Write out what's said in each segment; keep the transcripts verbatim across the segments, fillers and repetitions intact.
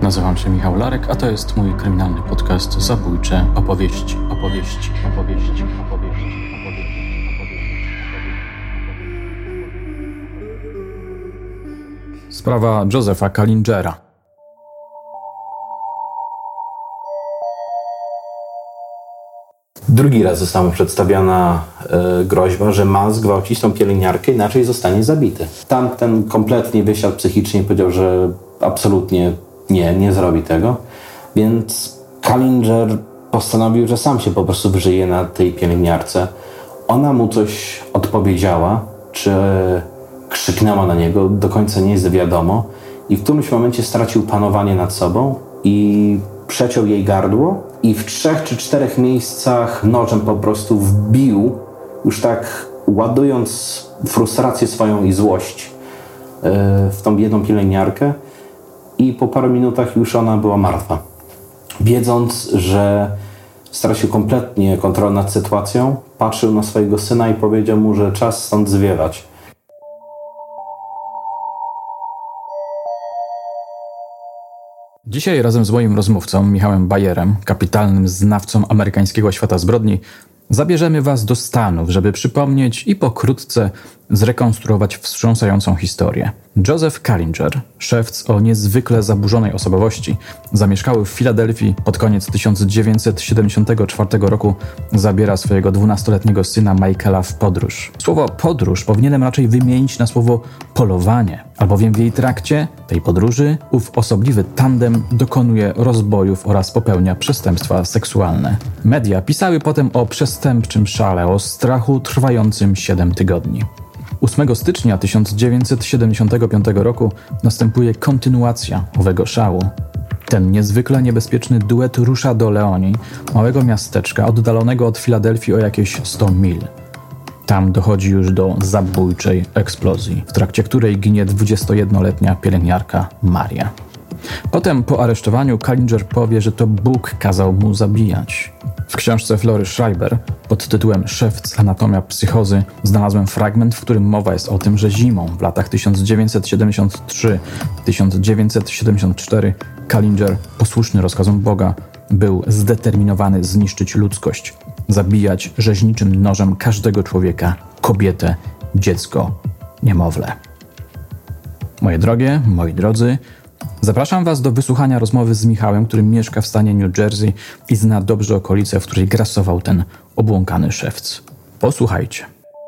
nazywam się Michał Larek, a to jest mój kryminalny podcast Zabójcze opowieści, opowieści, opowieści, opowieści, opowieści, opowieści. Sprawa Josepha Kallingera. Drugi raz została mu przedstawiona y, groźba, że ma zgwałcić tą pielęgniarkę, inaczej zostanie zabity. Tamten kompletnie wysiadł psychicznie i powiedział, że absolutnie nie, nie zrobi tego. Więc Kallinger postanowił, że sam się po prostu wyżyje na tej pielęgniarce. Ona mu coś odpowiedziała, czy krzyknęła na niego, do końca nie jest wiadomo. I w którymś momencie stracił panowanie nad sobą i przeciął jej gardło i w trzech czy czterech miejscach nożem po prostu wbił, już tak ładując frustrację swoją i złość yy, w tą biedną pielęgniarkę i po paru minutach już ona była martwa. Wiedząc, że stracił kompletnie kontrolę nad sytuacją, patrzył na swojego syna i powiedział mu, że czas stąd zwiewać. Dzisiaj razem z moim rozmówcą Michałem Bajerem, kapitalnym znawcą amerykańskiego świata zbrodni, zabierzemy Was do Stanów, żeby przypomnieć i pokrótce zrekonstruować wstrząsającą historię. Joseph Kallinger, szewc o niezwykle zaburzonej osobowości, zamieszkały w Filadelfii pod koniec tysiąc dziewięćset siedemdziesiątego czwartego roku, zabiera swojego dwunastoletniego syna Michaela w podróż. Słowo podróż powinienem raczej wymienić na słowo polowanie, albowiem w jej trakcie tej podróży ów osobliwy tandem dokonuje rozbojów oraz popełnia przestępstwa seksualne. Media pisały potem o przestępczym szale, o strachu trwającym siedem tygodni. ósmego stycznia tysiąc dziewięćset siedemdziesiątego piątego roku następuje kontynuacja owego szału. Ten niezwykle niebezpieczny duet rusza do Leoni, małego miasteczka oddalonego od Filadelfii o jakieś sto mil. Tam dochodzi już do zabójczej eksplozji, w trakcie której ginie dwudziestojednoletnia pielęgniarka Maria. Potem po aresztowaniu Kallinger powie, że to Bóg kazał mu zabijać. W książce Flory Schreiber pod tytułem Szewc, anatomia psychozy znalazłem fragment, w którym mowa jest o tym, że zimą w latach tysiąc dziewięćset siedemdziesiąt trzy do tysiąc dziewięćset siedemdziesiąt cztery Kallinger, posłuszny rozkazom Boga, był zdeterminowany zniszczyć ludzkość, zabijać rzeźniczym nożem każdego człowieka, kobietę, dziecko, niemowlę. Moje drogie, moi drodzy, zapraszam Was do wysłuchania rozmowy z Michałem, który mieszka w stanie New Jersey i zna dobrze okolicę, w której grasował ten obłąkany szewc. Posłuchajcie.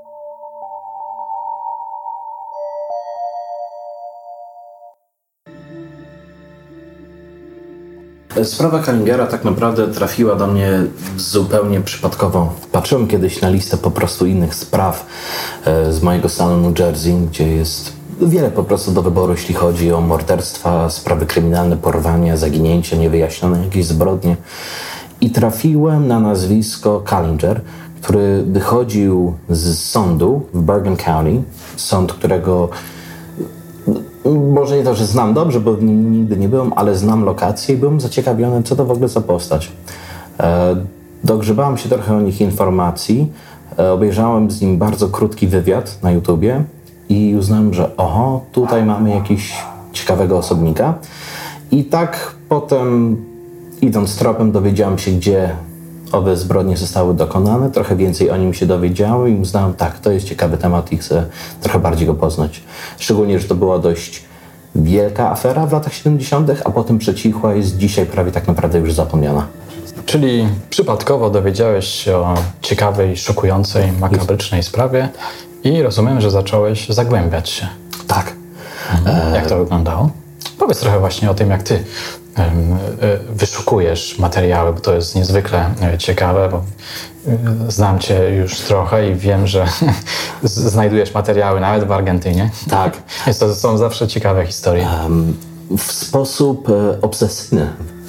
Sprawa Kallingera tak naprawdę trafiła do mnie zupełnie przypadkowo. Patrzyłem kiedyś na listę po prostu innych spraw z mojego stanu New Jersey, gdzie jest wiele po prostu do wyboru, jeśli chodzi o morderstwa, sprawy kryminalne, porwania, zaginięcia, niewyjaśnione jakieś zbrodnie. I trafiłem na nazwisko Kallinger, który wychodził z sądu w Bergen County. Sąd, którego może nie to, że znam dobrze, bo w nim nigdy nie byłem, ale znam lokację i byłem zaciekawiony, co to w ogóle za postać. E, dogrzebałem się trochę o nich informacji. E, obejrzałem z nim bardzo krótki wywiad na YouTubie. I uznałem, że oho, tutaj mamy jakiegoś ciekawego osobnika. I tak potem, idąc tropem, dowiedziałem się, gdzie owe zbrodnie zostały dokonane. Trochę więcej o nim się dowiedziałem i uznałem, tak, to jest ciekawy temat i chcę trochę bardziej go poznać. Szczególnie, że to była dość wielka afera w latach siedemdziesiątych, a potem przecichła, jest dzisiaj prawie tak naprawdę już zapomniana. Czyli przypadkowo dowiedziałeś się o ciekawej, szokującej, makabrycznej sprawie i rozumiem, że zacząłeś zagłębiać się. Tak. Mhm. Jak to wyglądało? Powiedz trochę właśnie o tym, jak ty um, wyszukujesz materiały, bo to jest niezwykle ciekawe, bo znam cię już trochę i wiem, że znajdujesz materiały nawet w Argentynie. Tak. Więc to są zawsze ciekawe historie. Um, w sposób e, obsesyjny,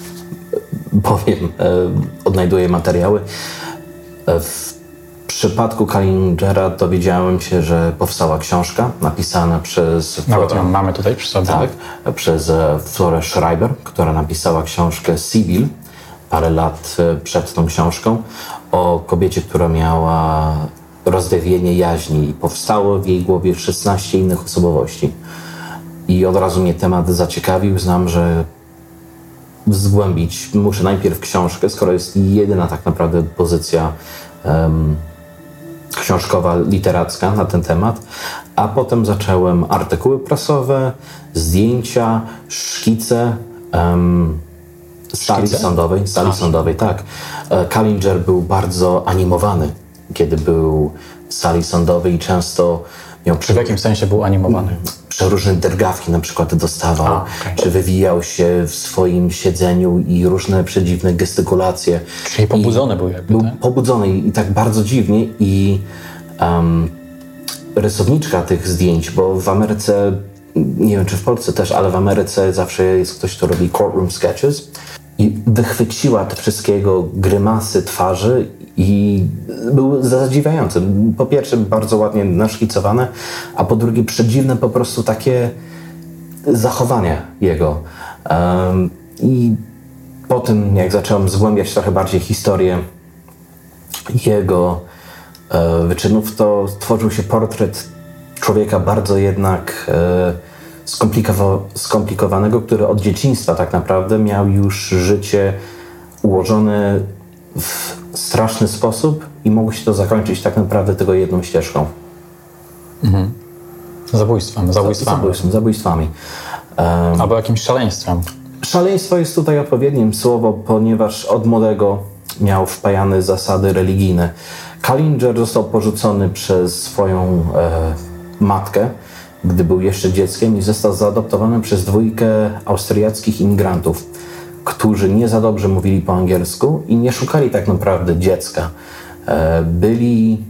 powiem, e, odnajduję materiały. E, w W przypadku Kallingera dowiedziałem się, że powstała książka napisana przez... No bo to mamy tutaj przy sobie. Tak, przez Florę Schreiber, która napisała książkę Civil parę lat przed tą książką o kobiecie, która miała rozdrwienie jaźni i powstało w jej głowie szesnaście innych osobowości. I od razu mnie temat zaciekawił. Znam, że zgłębić, muszę najpierw książkę, skoro jest jedyna tak naprawdę pozycja um, książkowa, literacka na ten temat, a potem zacząłem artykuły prasowe, zdjęcia, szkice, um, sali Szkice? sądowej, sali A. sądowej, tak. Kallinger był bardzo animowany, kiedy był w sali sądowej i często miał Czy w jakim sensie był animowany? przeróżne drgawki na przykład dostawał, A, okay. czy wywijał się w swoim siedzeniu i różne przedziwne gestykulacje. Czyli pobudzony I był jakby, Był tak? pobudzony i, i tak bardzo dziwnie i um, rysowniczka tych zdjęć, bo w Ameryce, nie wiem czy w Polsce też, ale w Ameryce zawsze jest ktoś, kto robi courtroom sketches i wychwyciła te wszystkie jego grymasy twarzy i były zadziwiające. Po pierwsze bardzo ładnie naszkicowane, a po drugie przedziwne po prostu takie zachowanie jego. Um, I potem jak zacząłem zgłębiać trochę bardziej historię jego e, wyczynów, to tworzył się portret człowieka bardzo jednak e, skomplikowa- skomplikowanego, który od dzieciństwa tak naprawdę miał już życie ułożone w straszny sposób i mogło się to zakończyć tak naprawdę tylko jedną ścieżką. Mhm. Zabójstwem, zabójstwami. Zabójstwem, zabójstwami. Um, Albo jakimś szaleństwem. Szaleństwo jest tutaj odpowiednim słowo, ponieważ od młodego miał wpajane zasady religijne. Kallinger został porzucony przez swoją e, matkę, gdy był jeszcze dzieckiem i został zaadoptowany przez dwójkę austriackich imigrantów, którzy nie za dobrze mówili po angielsku i nie szukali tak naprawdę dziecka. E, byli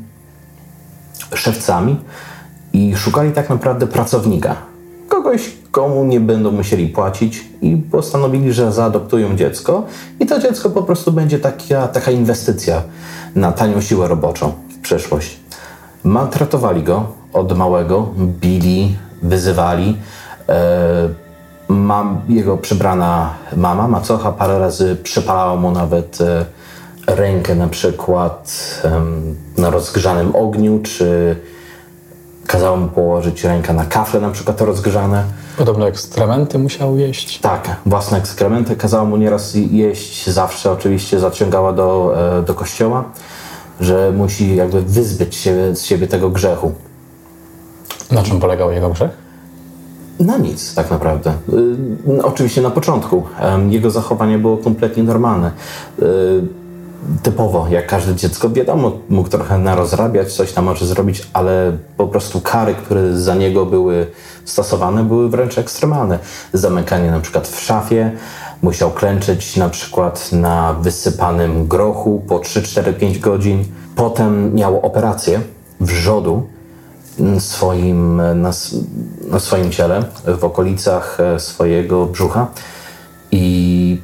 szewcami i szukali tak naprawdę pracownika. Kogoś, komu nie będą musieli płacić i postanowili, że zaadoptują dziecko i to dziecko po prostu będzie taka, taka inwestycja na tanią siłę roboczą w przyszłość. Maltretowali go od małego, bili, wyzywali. E, mam, jego przybrana mama, macocha, parę razy przypalała mu nawet e, rękę na przykład e, na rozgrzanym ogniu, czy kazał mu położyć rękę na kafle na przykład rozgrzane. Podobno ekskrementy musiał jeść. Tak, własne ekskrementy kazała mu nieraz jeść, zawsze oczywiście zaciągała do, do kościoła, że musi jakby wyzbyć się z siebie tego grzechu. Na czym polegał jego grzech? Na nic tak naprawdę. Y, oczywiście na początku y, jego zachowanie było kompletnie normalne. Y, typowo, jak każde dziecko, wiadomo, mógł trochę narozrabiać, coś tam może zrobić, ale po prostu kary, które za niego były stosowane, były wręcz ekstremalne. Zamykanie na przykład w szafie, musiał klęczeć na przykład na wysypanym grochu po trzy, cztery, pięć godzin. Potem miał operację wrzodu swoim, na, na swoim ciele, w okolicach swojego brzucha i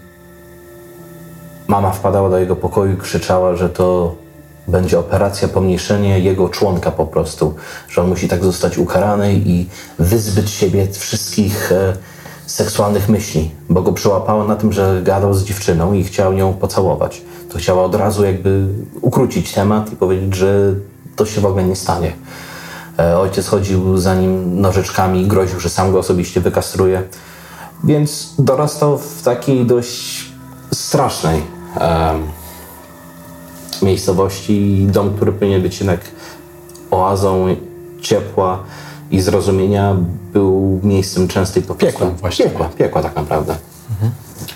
mama wpadała do jego pokoju i krzyczała, że to będzie operacja, pomniejszenie jego członka po prostu, że on musi tak zostać ukarany i wyzbyć siebie wszystkich e, seksualnych myśli, bo go przyłapało na tym, że gadał z dziewczyną i chciał ją pocałować. To chciała od razu jakby ukrócić temat i powiedzieć, że to się w ogóle nie stanie. E, ojciec chodził za nim nożyczkami i groził, że sam go osobiście wykastruje, więc dorastał w takiej dość strasznej Um, miejscowości, dom, który powinien być jednak oazą ciepła i zrozumienia, był miejscem częstej po prostu Piekłem właściwie. Piekła, piekła tak naprawdę. Mhm.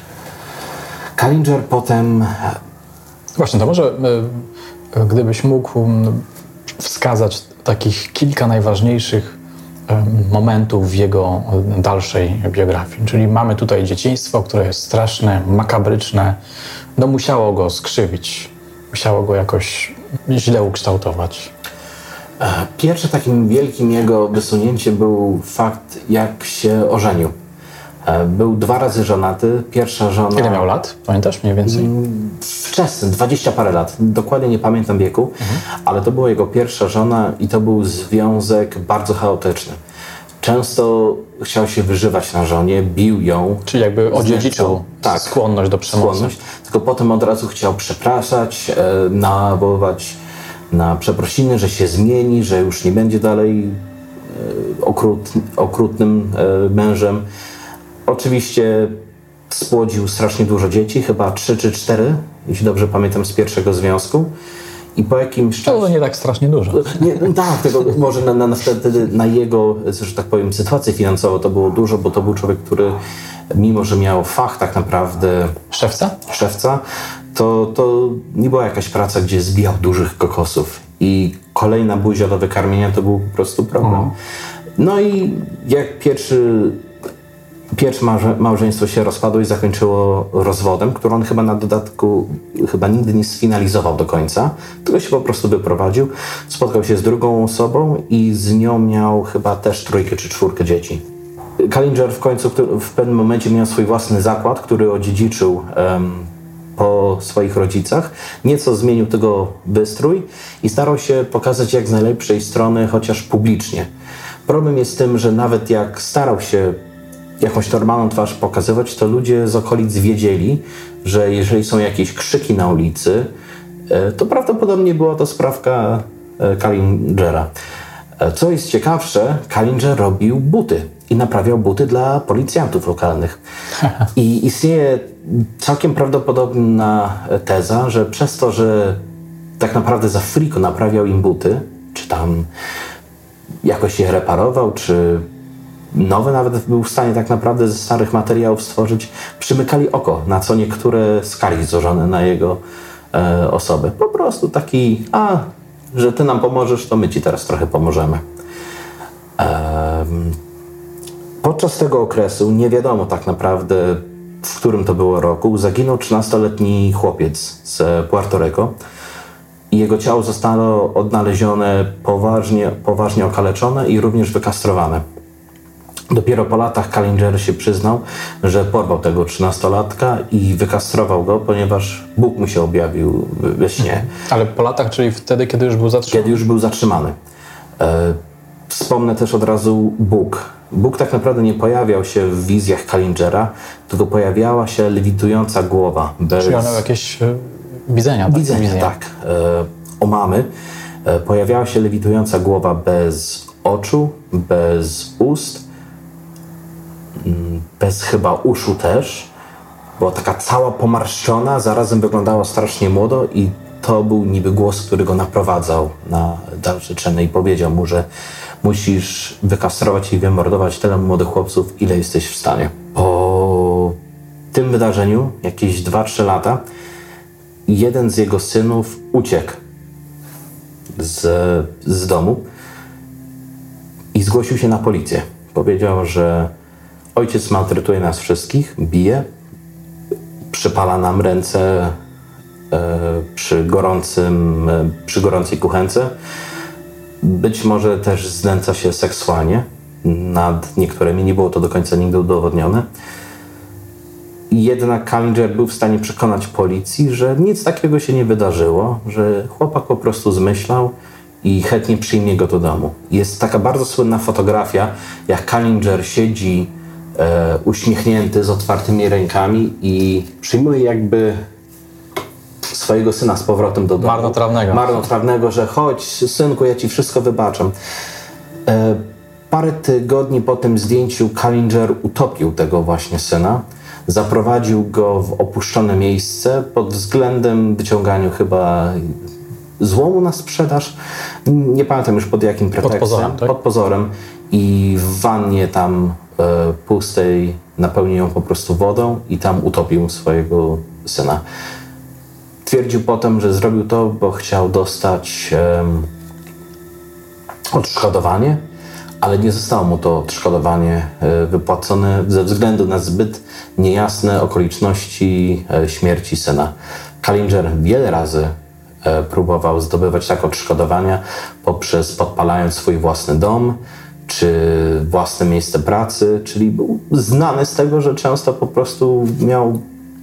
Kallinger potem... Właśnie, to może y, gdybyś mógł m, wskazać takich kilka najważniejszych y, momentów w jego dalszej biografii. Czyli mamy tutaj dzieciństwo, które jest straszne, makabryczne, no musiało go skrzywić, musiało go jakoś źle ukształtować. Pierwszym takim wielkim jego wysunięciem był fakt, jak się ożenił. Był dwa razy żonaty. Pierwsza żona... Ile miał lat? Pamiętasz mniej więcej? Wczesny, dwadzieścia parę lat. Dokładnie nie pamiętam wieku, mhm. ale to była jego pierwsza żona i to był związek bardzo chaotyczny. Często chciał się wyżywać na żonie, bił ją. Czyli jakby odziedziczył tak, skłonność do przemocy. Skłonność, tylko potem od razu chciał przepraszać, e, nawoływać na przeprosiny, że się zmieni, że już nie będzie dalej e, okrut, okrutnym e, mężem. Oczywiście spłodził strasznie dużo dzieci, chyba trzy czy cztery, jeśli dobrze pamiętam, z pierwszego związku. I po jakimś czasie... To nie tak strasznie dużo. Nie, tak, tego może na, na, na, wtedy na jego, że tak powiem, sytuację finansową to było dużo, bo to był człowiek, który mimo, że miał fach tak naprawdę... Szewca? Szewca, to, to nie była jakaś praca, gdzie zbijał dużych kokosów. I kolejna buzia do wykarmienia to był po prostu problem. Mm. No i jak pierwszy... Pierwsze małżeństwo się rozpadło i zakończyło rozwodem, który on chyba na dodatku chyba nigdy nie sfinalizował do końca, tylko się po prostu wyprowadził. Spotkał się z drugą osobą i z nią miał chyba też trójkę czy czwórkę dzieci. Kallinger w końcu w pewnym momencie miał swój własny zakład, który odziedziczył um, po swoich rodzicach. Nieco zmienił tego wystrój i starał się pokazać jak z najlepszej strony, chociaż publicznie. Problem jest z tym, że nawet jak starał się jakąś normalną twarz pokazywać, to ludzie z okolic wiedzieli, że jeżeli są jakieś krzyki na ulicy, to prawdopodobnie była to sprawka Kallingera. Co jest ciekawsze, Kallinger robił buty i naprawiał buty dla policjantów lokalnych. I istnieje całkiem prawdopodobna teza, że przez to, że tak naprawdę za friko naprawiał im buty, czy tam jakoś je reparował, czy nowe nawet był w stanie tak naprawdę ze starych materiałów stworzyć, przymykali oko na co niektóre skargi złożone na jego e, osobę. Po prostu taki, a, że ty nam pomożesz, to my ci teraz trochę pomożemy. E, podczas tego okresu, nie wiadomo tak naprawdę, w którym to było roku, zaginął trzynastoletni chłopiec z Puerto Rico i jego ciało zostało odnalezione poważnie, poważnie okaleczone i również wykastrowane. Dopiero po latach Kallinger się przyznał, że porwał tego trzynastolatka i wykastrował go, ponieważ Bóg mu się objawił we śnie. Ale po latach, czyli wtedy, kiedy już był zatrzymany? Kiedy już był zatrzymany. E, wspomnę też od razu Bóg. Bóg tak naprawdę nie pojawiał się w wizjach Kallingera, tylko pojawiała się lewitująca głowa. Bez... Czyli one miał jakieś e, widzenia, tak? Widzenia, widzenia. tak. E, o mamy. E, pojawiała się lewitująca głowa bez oczu, bez ust, bez chyba uszu też. Była taka cała pomarszczona, zarazem wyglądała strasznie młodo i to był niby głos, który go naprowadzał na dalsze czyny i powiedział mu, że musisz wykastrować i wymordować tyle młodych chłopców, ile jesteś w stanie. Po tym wydarzeniu, jakieś dwa trzy lata, jeden z jego synów uciekł z, z domu i zgłosił się na policję. Powiedział, że ojciec maltretuje nas wszystkich, bije, przypala nam ręce e, przy, gorącym, e, przy gorącej kuchence. Być może też znęca się seksualnie nad niektórymi, nie było to do końca nigdy udowodnione. Jednak Kallinger był w stanie przekonać policji, że nic takiego się nie wydarzyło, że chłopak po prostu zmyślał i chętnie przyjmie go do domu. Jest taka bardzo słynna fotografia, jak Kallinger siedzi e, uśmiechnięty z otwartymi rękami i przyjmuje jakby swojego syna z powrotem do domu. Marnotrawnego. Marnotrawnego, że chodź synku, ja ci wszystko wybaczam. E, parę tygodni po tym zdjęciu Kallinger utopił tego właśnie syna. Zaprowadził go w opuszczone miejsce pod względem wyciąganiu chyba złomu na sprzedaż. Nie pamiętam już pod jakim pretekstem. Pod pozorem, tak? Pod pozorem. I w wannie tam e, pustej napełnił ją po prostu wodą i tam utopił swojego syna. Twierdził potem, że zrobił to, bo chciał dostać e, odszkodowanie, ale nie zostało mu to odszkodowanie wypłacone ze względu na zbyt niejasne okoliczności śmierci syna. Kallinger wiele razy próbował zdobywać takie odszkodowania poprzez podpalając swój własny dom czy własne miejsce pracy, czyli był znany z tego, że często po prostu miał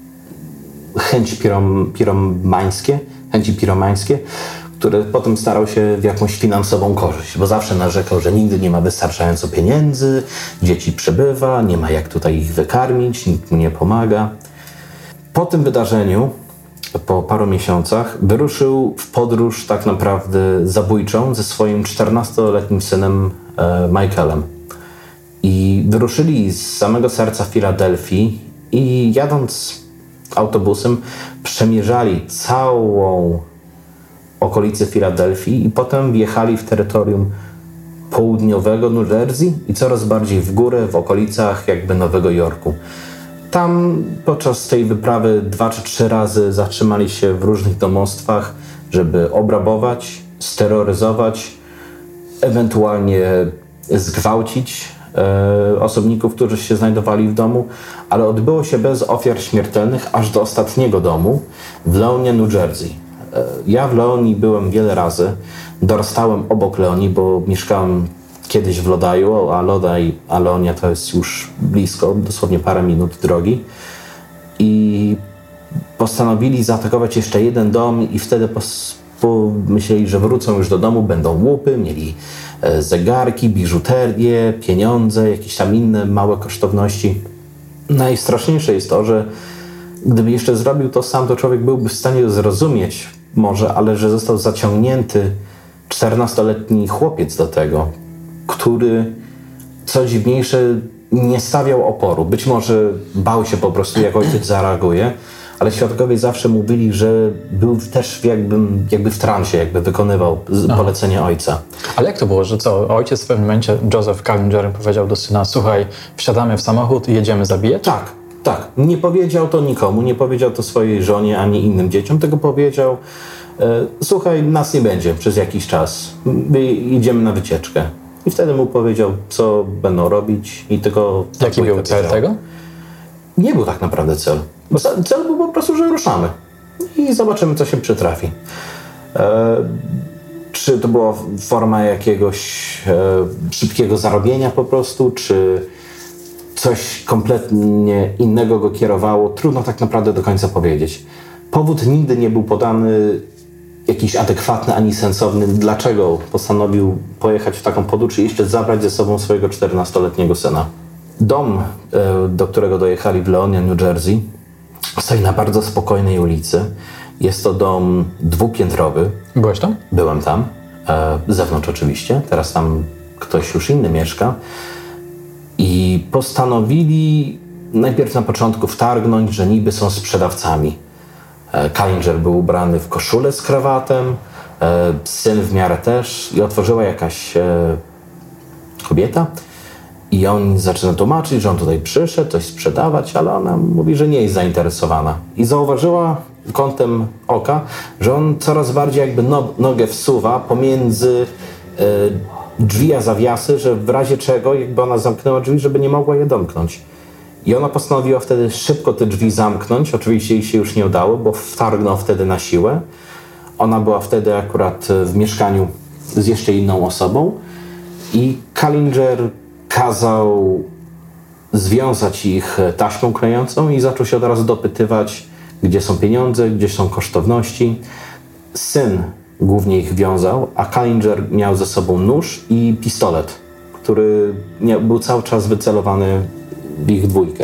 chęci pirom, piromańskie, chęci piromańskie, które potem starał się w jakąś finansową korzyść, bo zawsze narzekał, że nigdy nie ma wystarczająco pieniędzy, dzieci przybywa, nie ma jak tutaj ich wykarmić, nikt mu nie pomaga. Po tym wydarzeniu, po paru miesiącach, wyruszył w podróż tak naprawdę zabójczą ze swoim czternastoletnim synem e, Michaelem. I wyruszyli z samego serca Filadelfii i jadąc autobusem przemierzali całą okolicę Filadelfii i potem wjechali w terytorium południowego New Jersey i coraz bardziej w górę w okolicach jakby Nowego Jorku. Tam podczas tej wyprawy dwa czy trzy razy zatrzymali się w różnych domostwach, żeby obrabować, steroryzować, ewentualnie zgwałcić e, osobników, którzy się znajdowali w domu, ale odbyło się bez ofiar śmiertelnych aż do ostatniego domu w Leonie, New Jersey. E, ja w Leonii byłem wiele razy, dorastałem obok Leonii, bo mieszkałem kiedyś w Lodaju, a Lodaj, a Leonia to jest już blisko, dosłownie parę minut drogi. I postanowili zaatakować jeszcze jeden dom i wtedy pos- pomyśleli, że wrócą już do domu, będą łupy, mieli e, zegarki, biżuterię, pieniądze, jakieś tam inne małe kosztowności. Najstraszniejsze jest to, że gdyby jeszcze zrobił to sam, to człowiek byłby w stanie zrozumieć może, ale że został zaciągnięty czternastoletni chłopiec do tego, który co dziwniejsze nie stawiał oporu. Być może bał się po prostu, jak ojciec zareaguje, ale świadkowie zawsze mówili, że był też jakby, jakby w transie, jakby wykonywał polecenie ojca. Ale jak to było, że co? Ojciec w pewnym momencie, Joseph Kallinger, powiedział do syna: słuchaj, wsiadamy w samochód i jedziemy zabijać? Tak, tak. Nie powiedział to nikomu, nie powiedział to swojej żonie ani innym dzieciom, tylko powiedział: e, słuchaj, nas nie będzie przez jakiś czas, my idziemy na wycieczkę. I wtedy mu powiedział, co będą robić i tylko... Jaki był cel tego? Nie był tak naprawdę cel. Bo cel był po prostu, że ruszamy i zobaczymy, co się przytrafi. E, czy to była forma jakiegoś e, szybkiego zarobienia po prostu, czy coś kompletnie innego go kierowało, trudno tak naprawdę do końca powiedzieć. Powód nigdy nie był podany jakiś adekwatny ani sensowny, dlaczego postanowił pojechać w taką podróż i jeszcze zabrać ze sobą swojego czternastoletniego syna. Dom, do którego dojechali w Leonie, New Jersey, stoi na bardzo spokojnej ulicy. Jest to dom dwupiętrowy. Byłeś tam? Byłem tam, z zewnątrz oczywiście. Teraz tam ktoś już inny mieszka. I postanowili najpierw na początku wtargnąć, że niby są sprzedawcami. Kallinger był ubrany w koszulę z krawatem, syn w miarę też, i otworzyła jakaś kobieta i on zaczyna tłumaczyć, że on tutaj przyszedł coś sprzedawać, ale ona mówi, że nie jest zainteresowana. I zauważyła kątem oka, że on coraz bardziej jakby no, nogę wsuwa pomiędzy drzwi a zawiasy, że w razie czego jakby ona zamknęła drzwi, żeby nie mogła je domknąć. I ona postanowiła wtedy szybko te drzwi zamknąć. Oczywiście jej się już nie udało, bo wtargnął wtedy na siłę. Ona była wtedy akurat w mieszkaniu z jeszcze inną osobą i Kallinger kazał związać ich taśmą klejącą i zaczął się od razu dopytywać, gdzie są pieniądze, gdzie są kosztowności. Syn głównie ich wiązał, a Kallinger miał ze sobą nóż i pistolet, który miał, był cały czas wycelowany w ich dwójkę.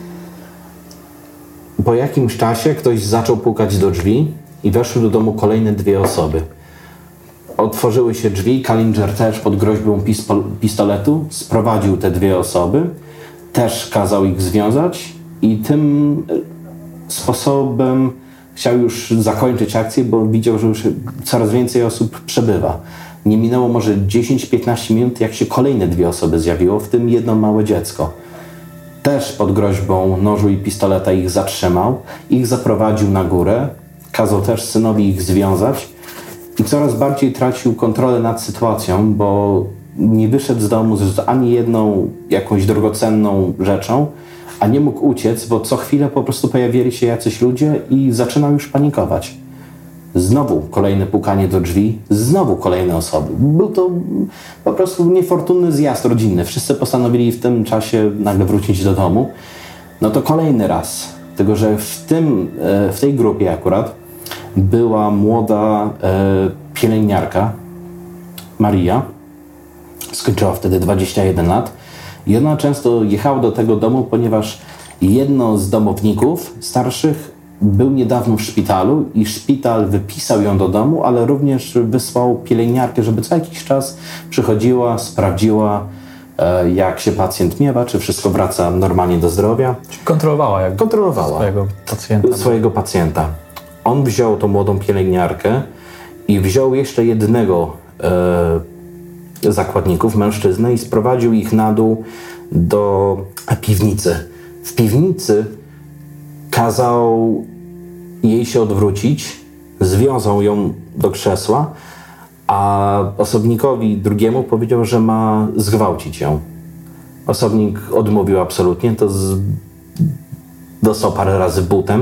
Po jakimś czasie ktoś zaczął pukać do drzwi i weszły do domu kolejne dwie osoby. Otworzyły się drzwi, Kallinger też pod groźbą pispo- pistoletu sprowadził te dwie osoby, też kazał ich związać i tym sposobem chciał już zakończyć akcję, bo widział, że już coraz więcej osób przebywa. Nie minęło może dziesięć piętnaście minut, jak się kolejne dwie osoby zjawiło, w tym jedno małe dziecko. Też pod groźbą nożu i pistoleta ich zatrzymał, ich zaprowadził na górę, kazał też synowi ich związać i coraz bardziej tracił kontrolę nad sytuacją, bo nie wyszedł z domu z ani jedną jakąś drogocenną rzeczą, a nie mógł uciec, bo co chwilę po prostu pojawili się jacyś ludzie i zaczynał już panikować. Znowu kolejne pukanie do drzwi, znowu kolejne osoby. Był to po prostu niefortunny zjazd rodzinny. Wszyscy postanowili w tym czasie nagle wrócić do domu. No to kolejny raz. Tylko że w, tym, w tej grupie akurat była młoda e, pielęgniarka, Maria. Skończyła wtedy dwadzieścia jeden lat. I ona często jechała do tego domu, ponieważ jedno z domowników starszych był niedawno w szpitalu i szpital wypisał ją do domu, ale również wysłał pielęgniarkę, żeby co jakiś czas przychodziła, sprawdziła, jak się pacjent miewa, czy wszystko wraca normalnie do zdrowia. Czyli kontrolowała jakby Kontrolowała swojego pacjenta. swojego pacjenta. On wziął tą młodą pielęgniarkę i wziął jeszcze jednego e, zakładników, mężczyznę, i sprowadził ich na dół do piwnicy. W piwnicy kazał jej się odwrócić, związał ją do krzesła, a osobnikowi drugiemu powiedział, że ma zgwałcić ją. Osobnik odmówił absolutnie, to z... dostał parę razy butem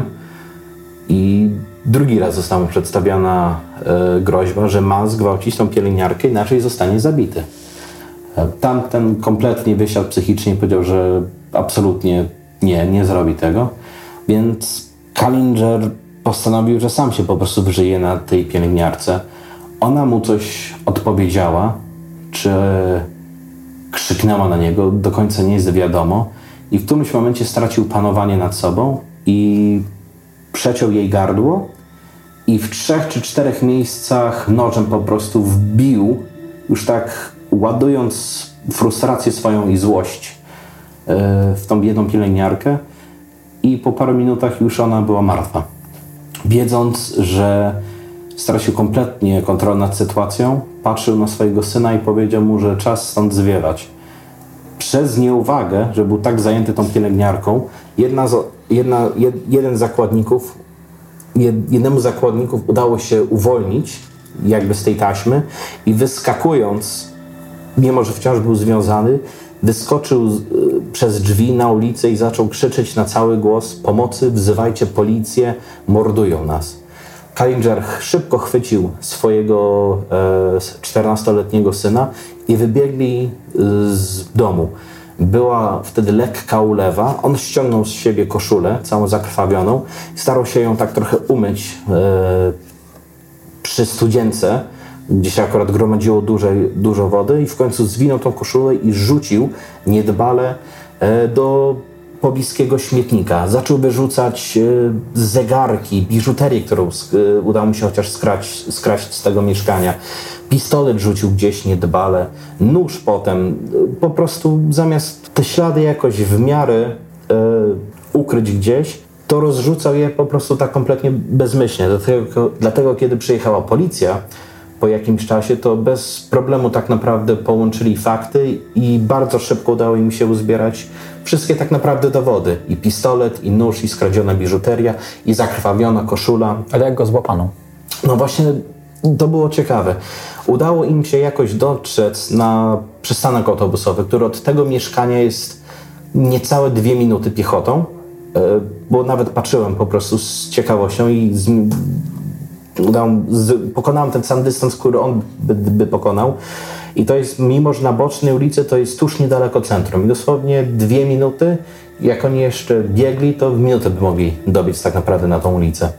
i drugi raz została mu przedstawiona e, groźba, że ma zgwałcić tą pielęgniarkę, inaczej zostanie zabity. E, tamten kompletnie wysiadł psychicznie i powiedział, że absolutnie nie, nie zrobi tego, więc Kallinger postanowił, że sam się po prostu wyżyje na tej pielęgniarce. Ona mu coś odpowiedziała, czy krzyknęła na niego, do końca nie jest wiadomo, i w którymś momencie stracił panowanie nad sobą i przeciął jej gardło i w trzech czy czterech miejscach nożem po prostu wbił, już tak ładując frustrację swoją i złość w tą jedną pielęgniarkę, i po paru minutach już ona była martwa. Wiedząc, że stracił kompletnie kontrolę nad sytuacją, patrzył na swojego syna i powiedział mu, że czas stąd zwiewać. Przez nieuwagę, że był tak zajęty tą pielęgniarką, jedna z, jedna, jed, jeden z zakładników, jed, jednemu z zakładników udało się uwolnić jakby z tej taśmy i wyskakując, mimo że wciąż był związany, wyskoczył z, przez drzwi na ulicę i zaczął krzyczeć na cały głos: pomocy, wzywajcie policję, mordują nas. Kallinger szybko chwycił swojego czternastoletniego syna i wybiegli z domu. Była wtedy lekka ulewa. On ściągnął z siebie koszulę, całą zakrwawioną, i starał się ją tak trochę umyć e, przy studzience, gdzie się akurat gromadziło duże, dużo wody, i w końcu zwinął tą koszulę i rzucił niedbale e, do pobliskiego śmietnika. Zaczął wyrzucać e, zegarki, biżuterię, którą e, udało mu się chociaż skraść, skraść z tego mieszkania. Pistolet rzucił gdzieś niedbale, nóż potem. E, po prostu zamiast te ślady jakoś w miarę e, ukryć gdzieś, to rozrzucał je po prostu tak kompletnie bezmyślnie. Dlatego, dlatego kiedy przyjechała policja po jakimś czasie, to bez problemu tak naprawdę połączyli fakty i bardzo szybko udało im się uzbierać wszystkie tak naprawdę dowody. I pistolet, i nóż, i skradziona biżuteria, i zakrwawiona koszula. Ale jak go złapano? No właśnie, to było ciekawe. Udało im się jakoś dotrzeć na przystanek autobusowy, który od tego mieszkania jest niecałe dwie minuty piechotą, bo nawet patrzyłem po prostu z ciekawością i z, udało, z, pokonałem ten sam dystans, który on by, by pokonał. I to jest, mimo że na bocznej ulicy, to jest tuż niedaleko centrum. I dosłownie dwie minuty, jak oni jeszcze biegli, to w minutę by mogli dobiec tak naprawdę na tą ulicę.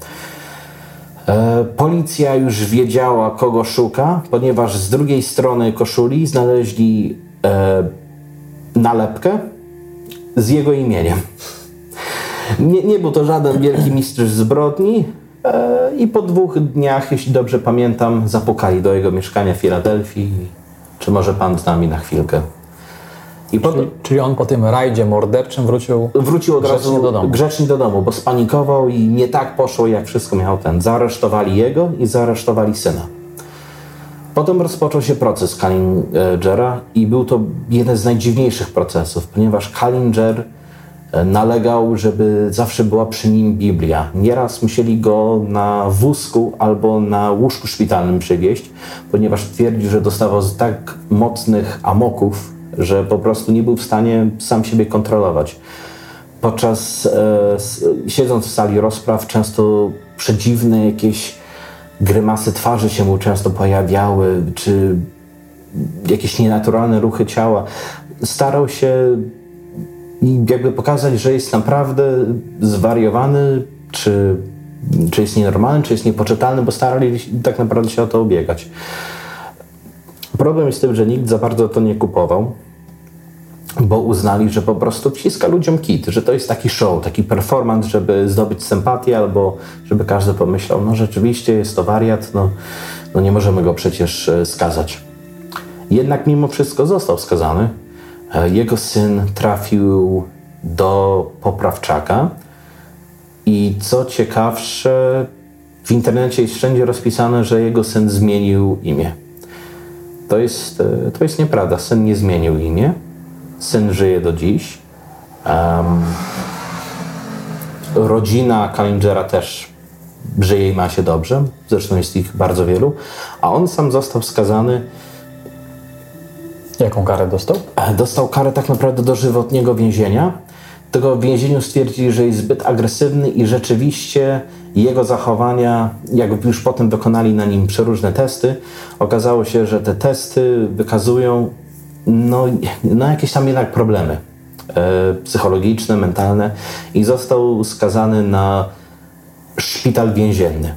E, policja już wiedziała, kogo szuka, ponieważ z drugiej strony koszuli znaleźli e, nalepkę z jego imieniem. Nie, nie był to żaden wielki mistrz zbrodni, e, i po dwóch dniach, jeśli dobrze pamiętam, zapukali do jego mieszkania w Filadelfii. Czy może pan z nami na chwilkę? I po... czyli, czyli on po tym rajdzie morderczym wrócił, wrócił od grzecznie razu do domu. grzecznie do domu, bo spanikował i nie tak poszło, jak wszystko miał ten. Zaaresztowali jego i zaaresztowali syna. Potem rozpoczął się proces Kallingera i był to jeden z najdziwniejszych procesów, ponieważ Kallinger nalegał, żeby zawsze była przy nim Biblia. Nieraz musieli go na wózku albo na łóżku szpitalnym przywieźć, ponieważ twierdził, że dostawał z tak mocnych amoków, że po prostu nie był w stanie sam siebie kontrolować. Podczas, e, siedząc w sali rozpraw, często przedziwne jakieś grymasy twarzy się mu często pojawiały, czy jakieś nienaturalne ruchy ciała. Starał się i jakby pokazać, że jest naprawdę zwariowany, czy, czy jest nienormalny, czy jest niepoczytalny, bo starali się tak naprawdę się o to ubiegać. Problem jest z tym, że nikt za bardzo to nie kupował, bo uznali, że po prostu wciska ludziom kit, że to jest taki show, taki performance, żeby zdobyć sympatię, albo żeby każdy pomyślał, no rzeczywiście jest to wariat, no, no nie możemy go przecież skazać. Jednak mimo wszystko został skazany. Jego syn trafił do poprawczaka i co ciekawsze, w internecie jest wszędzie rozpisane, że jego syn zmienił imię. To jest, to jest nieprawda. Syn nie zmienił imię. Syn żyje do dziś. Um, rodzina Kallingera też żyje i ma się dobrze. Zresztą jest ich bardzo wielu. A on sam został skazany. Jaką karę dostał? Dostał karę tak naprawdę dożywotniego więzienia. Tego w więzieniu stwierdzili, że jest zbyt agresywny i rzeczywiście jego zachowania, jak już potem dokonali na nim przeróżne testy, okazało się, że te testy wykazują no, no jakieś tam jednak problemy e, psychologiczne, mentalne i został skazany na szpital więzienny.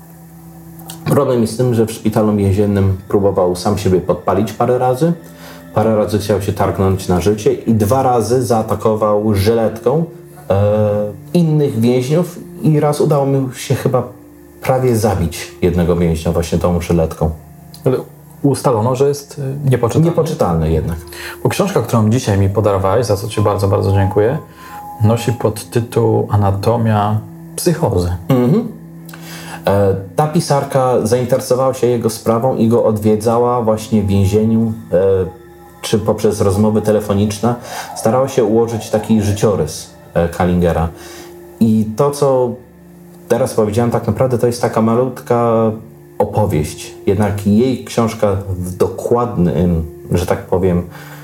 Problem jest w tym, że w szpitalu więziennym próbował sam siebie podpalić parę razy, parę razy chciał się targnąć na życie i dwa razy zaatakował żyletką e, innych więźniów i raz udało mu się chyba prawie zabić jednego więźnia właśnie tą żyletką. Ale ustalono, że jest niepoczytalny. Niepoczytalny jednak. Bo książka, którą dzisiaj mi podarowałeś, za co ci bardzo, bardzo dziękuję, nosi podtytuł Anatomia psychozy. Mhm. E, ta pisarka zainteresowała się jego sprawą i go odwiedzała właśnie w więzieniu, e, czy poprzez rozmowy telefoniczne. Starała się ułożyć taki życiorys e, Kallingera. I to, co teraz powiedziałem, tak naprawdę to jest taka malutka opowieść. Jednak jej książka w dokładnym, że tak powiem,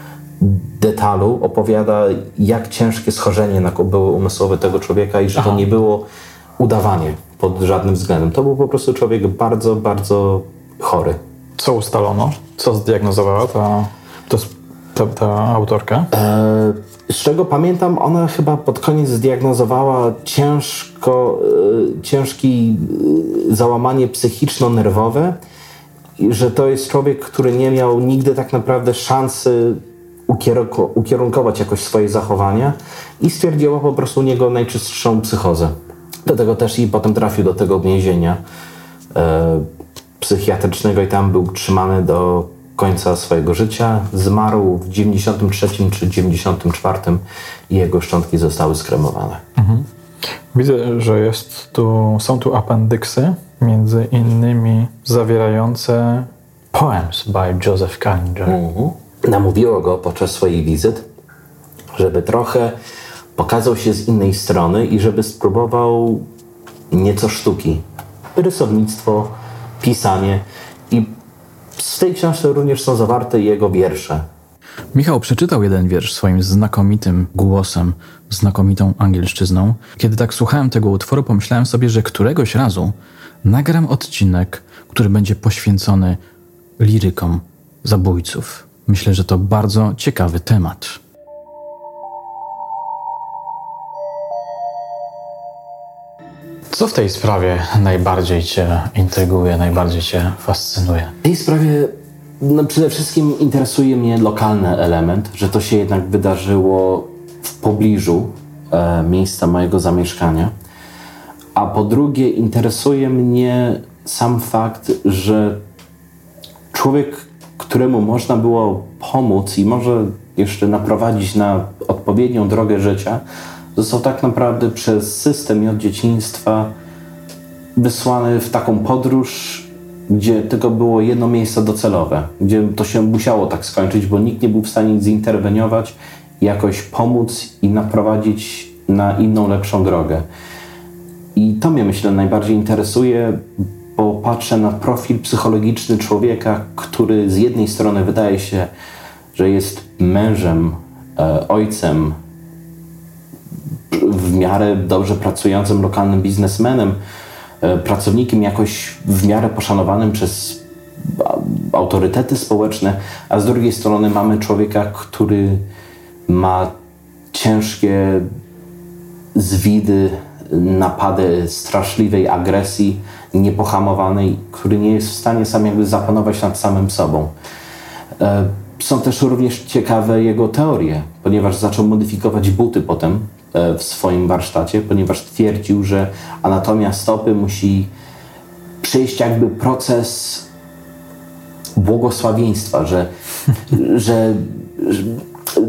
detalu opowiada, jak ciężkie schorzenie było umysłowe tego człowieka i że Aha. to nie było udawanie pod żadnym względem. To był po prostu człowiek bardzo, bardzo chory. Co ustalono? Co zdiagnozowała ta, ta, ta, ta autorka? E, z czego pamiętam, ona chyba pod koniec zdiagnozowała ciężko, e, ciężki e, załamanie psychiczno-nerwowe i że to jest człowiek, który nie miał nigdy tak naprawdę szansy ukierunko- ukierunkować jakoś swoje zachowania i stwierdziła po prostu u niego najczystszą psychozę. Dlatego też i potem trafił do tego więzienia e, psychiatrycznego i tam był trzymany do końca swojego życia. Zmarł w dziewięćdziesiątym trzecim czy dziewięćdziesiątym czwartym i jego szczątki zostały skremowane. Mhm. Widzę, że jest tu, są tu apendyksy, między innymi zawierające Poems by Joseph Kallinger. Mhm. Namówiło go podczas swojej wizyt, żeby trochę pokazał się z innej strony i żeby spróbował nieco sztuki. Rysownictwo, pisanie i w tej książce również są zawarte jego wiersze. Michał przeczytał jeden wiersz swoim znakomitym głosem, znakomitą angielszczyzną. Kiedy tak słuchałem tego utworu, pomyślałem sobie, że któregoś razu nagram odcinek, który będzie poświęcony lirykom zabójców. Myślę, że to bardzo ciekawy temat. Co w tej sprawie najbardziej cię intryguje, najbardziej cię fascynuje? W tej sprawie no, przede wszystkim interesuje mnie lokalny element, że to się jednak wydarzyło w pobliżu e, miejsca mojego zamieszkania. A po drugie interesuje mnie sam fakt, że człowiek, któremu można było pomóc i może jeszcze naprowadzić na odpowiednią drogę życia, został tak naprawdę przez system i od dzieciństwa wysłany w taką podróż, gdzie tylko było jedno miejsce docelowe, gdzie to się musiało tak skończyć, bo nikt nie był w stanie zinterweniować, jakoś pomóc i naprowadzić na inną, lepszą drogę. I to mnie, myślę, najbardziej interesuje, bo patrzę na profil psychologiczny człowieka, który z jednej strony wydaje się, że jest mężem, e, ojcem, w miarę dobrze pracującym lokalnym biznesmenem, e, pracownikiem jakoś w miarę poszanowanym przez autorytety społeczne, a z drugiej strony mamy człowieka, który ma ciężkie zwidy, napady straszliwej agresji niepohamowanej, który nie jest w stanie sam jakby zapanować nad samym sobą. E, są też również ciekawe jego teorie, ponieważ zaczął modyfikować buty potem w swoim warsztacie, ponieważ twierdził, że anatomia stopy musi przejść jakby proces błogosławieństwa, że, że, że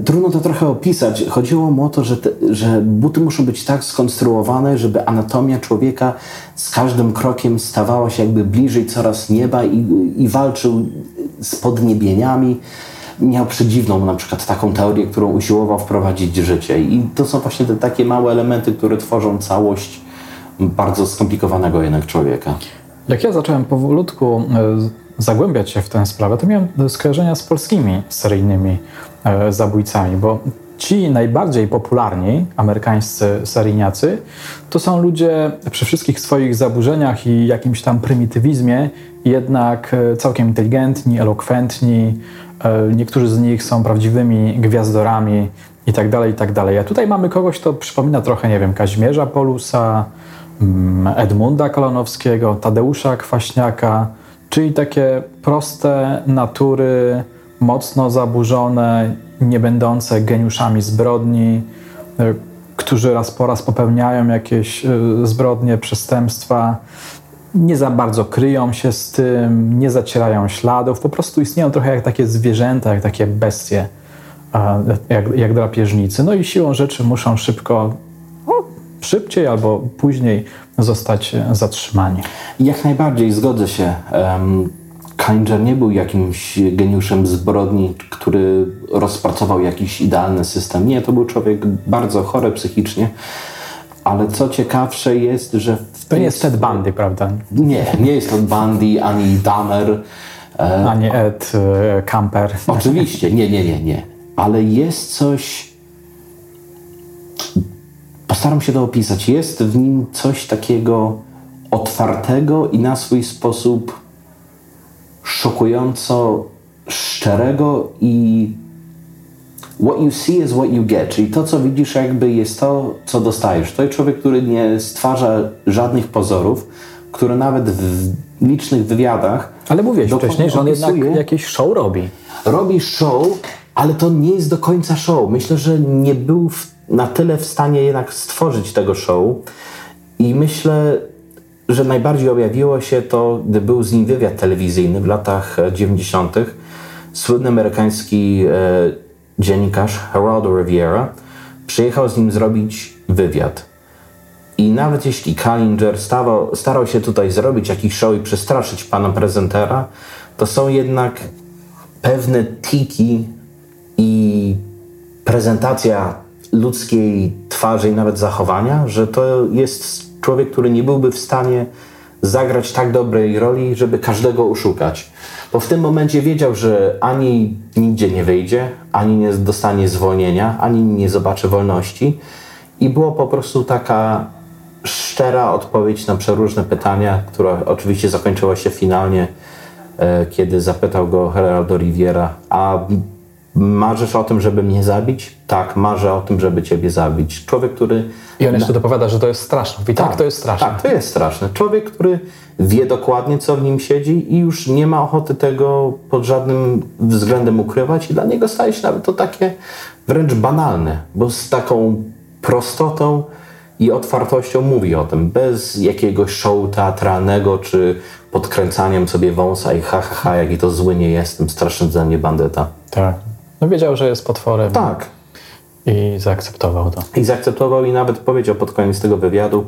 Trudno to trochę opisać. Chodziło mu o to, że, te, że buty muszą być tak skonstruowane, żeby anatomia człowieka z każdym krokiem stawała się jakby bliżej coraz nieba i, i walczył z podniebieniami. Miał przedziwną na przykład taką teorię, którą usiłował wprowadzić w życie. I to są właśnie te takie małe elementy, które tworzą całość bardzo skomplikowanego jednak człowieka. Jak ja zacząłem powolutku zagłębiać się w tę sprawę, to miałem skojarzenia z polskimi seryjnymi zabójcami, bo ci najbardziej popularni amerykańscy seryjniacy to są ludzie przy wszystkich swoich zaburzeniach i jakimś tam prymitywizmie jednak całkiem inteligentni, elokwentni. Niektórzy z nich są prawdziwymi gwiazdorami i tak dalej, i tak dalej. A tutaj mamy kogoś, kto przypomina trochę, nie wiem, Kazimierza Polusa, Edmunda Kolonowskiego, Tadeusza Kwaśniaka, czyli takie proste natury, mocno zaburzone, nie będące geniuszami zbrodni, którzy raz po raz popełniają jakieś zbrodnie, przestępstwa, nie za bardzo kryją się z tym, nie zacierają śladów, po prostu istnieją trochę jak takie zwierzęta, jak takie bestie, jak, jak drapieżnicy. No i siłą rzeczy muszą szybko, no, szybciej albo później zostać zatrzymani. Jak najbardziej, zgodzę się. Um, Kissinger nie był jakimś geniuszem zbrodni, który rozpracował jakiś idealny system. Nie, to był człowiek bardzo chory psychicznie, ale co ciekawsze jest, że... To nie jest Ted Bundy, prawda? Nie, nie jest Ted Bundy, ani Dahmer. E, ani Ed e, Kemper. Oczywiście, nie, nie, nie, nie. Ale jest coś... Postaram się to opisać. Jest w nim coś takiego otwartego i na swój sposób szokująco szczerego i what you see is what you get, czyli to, co widzisz, jakby jest to, co dostajesz. To jest człowiek, który nie stwarza żadnych pozorów, który nawet w licznych wywiadach... Ale mówiłeś wcześniej, że on jednak jakieś show robi. Robi show, ale to nie jest do końca show. Myślę, że nie był w, na tyle w stanie jednak stworzyć tego show i myślę, że najbardziej objawiło się to, gdy był z nim wywiad telewizyjny w latach dziewięćdziesiątych. Słynny amerykański e, dziennikarz Geraldo Rivera przyjechał z nim zrobić wywiad. I nawet jeśli Kissinger stawał, starał się tutaj zrobić jakiś show i przestraszyć pana prezentera, to są jednak pewne tiki i prezentacja ludzkiej twarzy i nawet zachowania, że to jest człowiek, który nie byłby w stanie zagrać tak dobrej roli, żeby każdego oszukać. Bo w tym momencie wiedział, że ani nigdzie nie wyjdzie, ani nie dostanie zwolnienia, ani nie zobaczy wolności. I było po prostu taka szczera odpowiedź na przeróżne pytania, która oczywiście zakończyła się finalnie, e, kiedy zapytał go Geraldo Rivera, a marzysz o tym, żeby mnie zabić? Tak, marzę o tym, żeby ciebie zabić. Człowiek, który... I on jeszcze dopowiada, że to jest straszne. I tak, tak, to jest straszne. Tak, to jest straszne. Człowiek, który wie dokładnie, co w nim siedzi i już nie ma ochoty tego pod żadnym względem ukrywać i dla niego staje się nawet to takie wręcz banalne, bo z taką prostotą i otwartością mówi o tym, bez jakiegoś show teatralnego czy podkręcaniem sobie wąsa i ha, ha, ha, jaki to zły nie jestem, straszny ze mnie bandyta. Tak. No wiedział, że jest potworem. Tak. I zaakceptował to. I zaakceptował i nawet powiedział pod koniec tego wywiadu,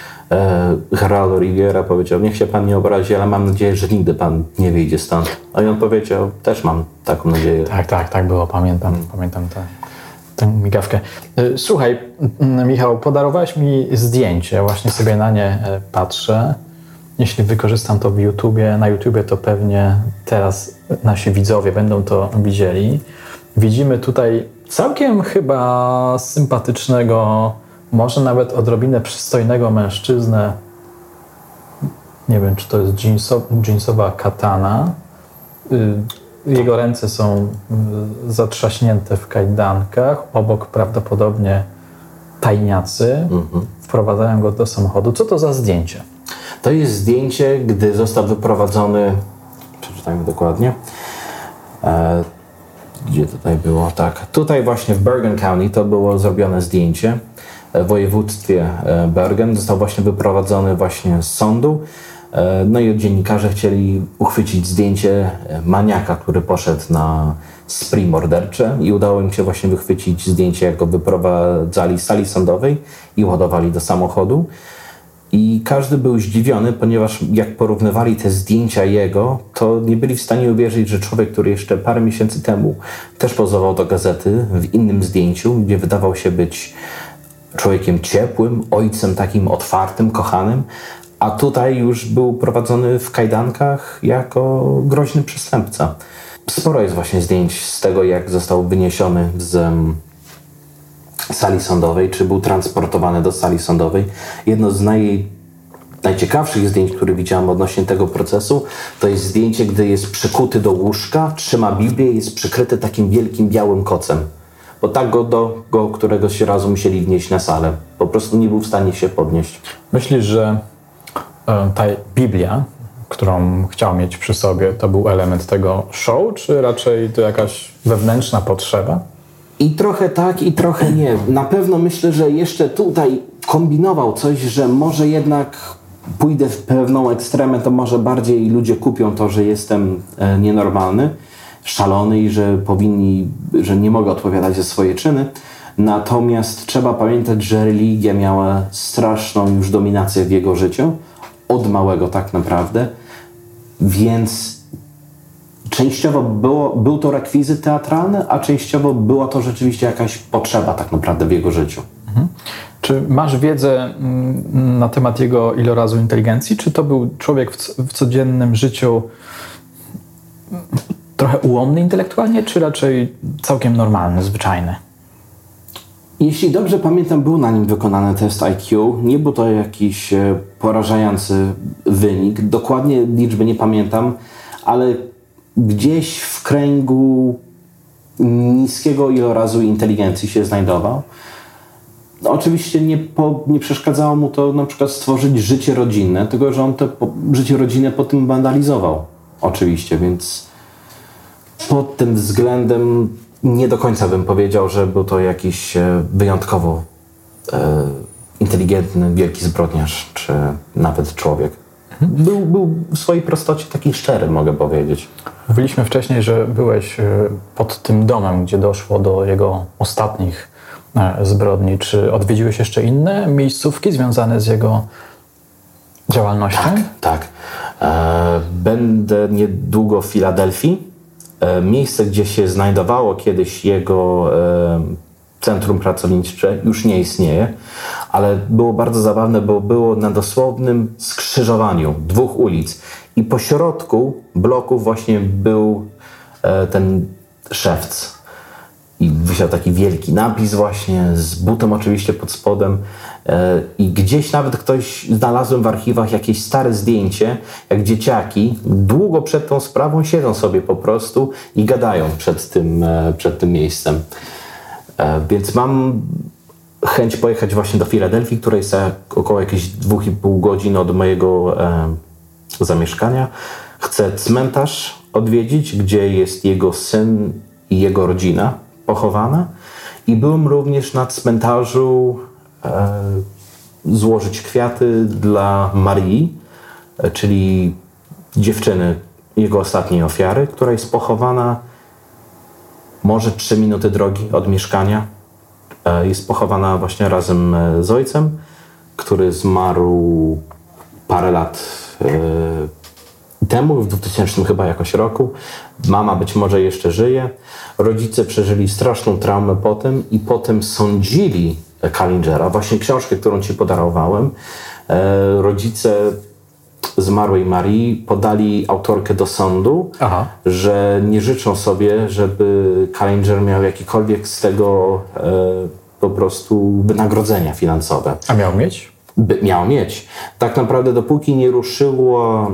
e, Geraldo Rivera powiedział, niech się pan nie obrazi, ale mam nadzieję, że nigdy pan nie wyjdzie stąd. A i on powiedział, też mam taką nadzieję. Tak, tak, tak było, pamiętam, hmm. pamiętam tę, tę migawkę. Słuchaj, Michał, podarowałeś mi zdjęcie, właśnie sobie na nie patrzę. Jeśli wykorzystam to w YouTubie, na YouTubie, to pewnie teraz nasi widzowie będą to widzieli. Widzimy tutaj całkiem chyba sympatycznego, może nawet odrobinę przystojnego mężczyznę. Nie wiem, czy to jest jeanso, jeansowa katana. Jego ręce są zatrzaśnięte w kajdankach. Obok prawdopodobnie tajniacy. Mhm. Wprowadzają go do samochodu. Co to za zdjęcie? To jest zdjęcie, gdy został wyprowadzony, przeczytajmy dokładnie, e, gdzie tutaj było, tak, tutaj właśnie w Bergen County to było zrobione zdjęcie, w województwie Bergen został właśnie wyprowadzony właśnie z sądu No i dziennikarze chcieli uchwycić zdjęcie maniaka, który poszedł na spree mordercze i udało im się właśnie wychwycić zdjęcie, jak go wyprowadzali z sali sądowej i ładowali do samochodu. I każdy był zdziwiony, ponieważ jak porównywali te zdjęcia jego, to nie byli w stanie uwierzyć, że człowiek, który jeszcze parę miesięcy temu też pozował do gazety w innym zdjęciu, gdzie wydawał się być człowiekiem ciepłym, ojcem takim otwartym, kochanym, a tutaj już był prowadzony w kajdankach jako groźny przestępca. Sporo jest właśnie zdjęć z tego, jak został wyniesiony z sali sądowej, czy był transportowany do sali sądowej. Jedno z naj, najciekawszych zdjęć, które widziałem odnośnie tego procesu, to jest zdjęcie, gdy jest przykuty do łóżka, trzyma Biblię i jest przykryty takim wielkim białym kocem. Bo tak go do go któregoś razu musieli wnieść na salę. Po prostu nie był w stanie się podnieść. Myślisz, że ta Biblia, którą chciał mieć przy sobie, to był element tego show, czy raczej to jakaś wewnętrzna potrzeba? I trochę tak, i trochę nie. Na pewno myślę, że jeszcze tutaj kombinował coś, że może jednak pójdę w pewną ekstremę, to może bardziej ludzie kupią to, że jestem e, nienormalny, szalony i że powinni, że nie mogę odpowiadać za swoje czyny. Natomiast trzeba pamiętać, że religia miała straszną już dominację w jego życiu, od małego tak naprawdę, więc częściowo było, był to rekwizyt teatralny, a częściowo była to rzeczywiście jakaś potrzeba tak naprawdę w jego życiu. Mhm. Czy masz wiedzę na temat jego ilorazu inteligencji? Czy to był człowiek w, w codziennym życiu trochę ułomny intelektualnie, czy raczej całkiem normalny, zwyczajny? Jeśli dobrze pamiętam, był na nim wykonany test I Q. Nie był to jakiś porażający wynik. Dokładnie liczby nie pamiętam, ale gdzieś w kręgu niskiego ilorazu inteligencji się znajdował. No, oczywiście nie, po, nie przeszkadzało mu to na przykład stworzyć życie rodzinne, tylko że on to po, życie rodzinne po tym banalizował. Oczywiście, więc pod tym względem nie do końca bym powiedział, że był to jakiś wyjątkowo e, inteligentny, wielki zbrodniarz, czy nawet człowiek. Był, był w swojej prostocie taki szczery, mogę powiedzieć. Mówiliśmy wcześniej, że byłeś pod tym domem, gdzie doszło do jego ostatnich zbrodni. Czy odwiedziłeś jeszcze inne miejscówki związane z jego działalnością? Tak, tak. E, będę niedługo w Filadelfii. E, miejsce, gdzie się znajdowało kiedyś jego e, centrum pracownicze, już nie istnieje, ale było bardzo zabawne, bo było na dosłownym skrzyżowaniu dwóch ulic i po środku bloku właśnie był e, ten szewc. I wisiał taki wielki napis właśnie, z butem oczywiście pod spodem. E, I gdzieś nawet ktoś, znalazłem w archiwach jakieś stare zdjęcie, jak dzieciaki długo przed tą sprawą siedzą sobie po prostu i gadają przed tym, e, przed tym miejscem. E, więc mam chęć pojechać właśnie do Filadelfii, która jest około jakieś dwóch i pół godzin od mojego e, zamieszkania. Chcę cmentarz odwiedzić, gdzie jest jego syn i jego rodzina pochowana. I byłem również na cmentarzu e, złożyć kwiaty dla Marii, e, czyli dziewczyny jego ostatniej ofiary, która jest pochowana może trzy minuty drogi od mieszkania. E, jest pochowana właśnie razem z ojcem, który zmarł parę lat e, temu, w dwutysięcznym chyba jakoś roku. Mama być może jeszcze żyje. Rodzice przeżyli straszną traumę potem i potem sądzili Kallingera. Właśnie książkę, którą ci podarowałem. E, rodzice zmarłej Marii podali autorkę do sądu, Aha. że nie życzą sobie, żeby Kallinger miał jakikolwiek z tego e, po prostu wynagrodzenia finansowe. A miał mieć? By, miał mieć. Tak naprawdę dopóki nie ruszyło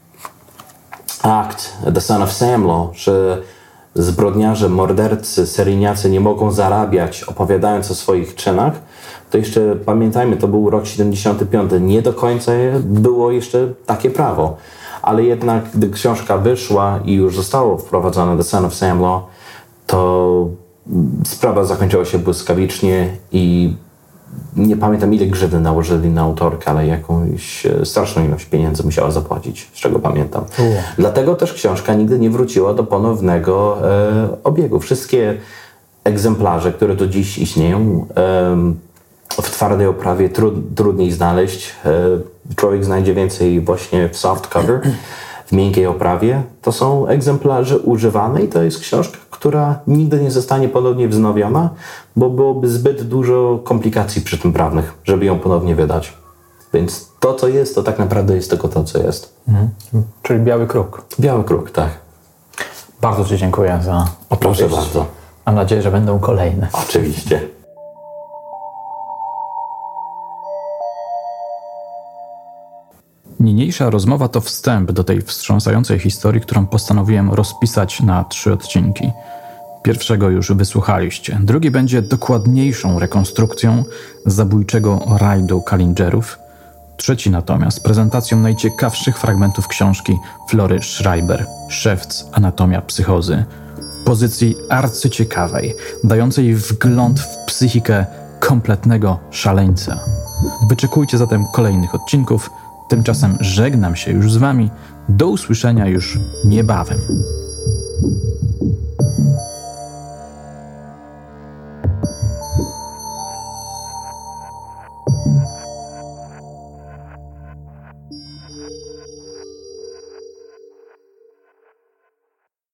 akt The Son of Sam Law, że zbrodniarze, mordercy, seryjniacy nie mogą zarabiać opowiadając o swoich czynach, to jeszcze pamiętajmy, to był rok siedemdziesiąty piąty. Nie do końca było jeszcze takie prawo. Ale jednak, gdy książka wyszła i już zostało wprowadzone The Son of Sam Law, to sprawa zakończyła się błyskawicznie i nie pamiętam ile grzywny nałożyli na autorkę, ale jakąś straszną ilość pieniędzy musiała zapłacić, z czego pamiętam. U. Dlatego też książka nigdy nie wróciła do ponownego e, obiegu. Wszystkie egzemplarze, które do dziś istnieją, e, w twardej oprawie trud, trudniej znaleźć. E, człowiek znajdzie więcej właśnie w softcover, w miękkiej oprawie. To są egzemplarze używane i to jest książka, która nigdy nie zostanie ponownie wznowiona, bo byłoby zbyt dużo komplikacji przy tym prawnych, żeby ją ponownie wydać. Więc to, co jest, to tak naprawdę jest tylko to, co jest. Mhm. Czyli Biały Kruk. Biały Kruk, tak. Bardzo Ci dziękuję za opowieść. Proszę bardzo. Mam nadzieję, że będą kolejne. Oczywiście. Niniejsza rozmowa to wstęp do tej wstrząsającej historii, którą postanowiłem rozpisać na trzy odcinki. Pierwszego już wysłuchaliście. Drugi będzie dokładniejszą rekonstrukcją zabójczego rajdu Kalingerów. Trzeci natomiast prezentacją najciekawszych fragmentów książki Flory Schreiber Szewc, Anatomia psychozy. Pozycji arcyciekawej, dającej wgląd w psychikę kompletnego szaleńca. Wyczekujcie zatem kolejnych odcinków. Tymczasem żegnam się już z Wami. Do usłyszenia już niebawem.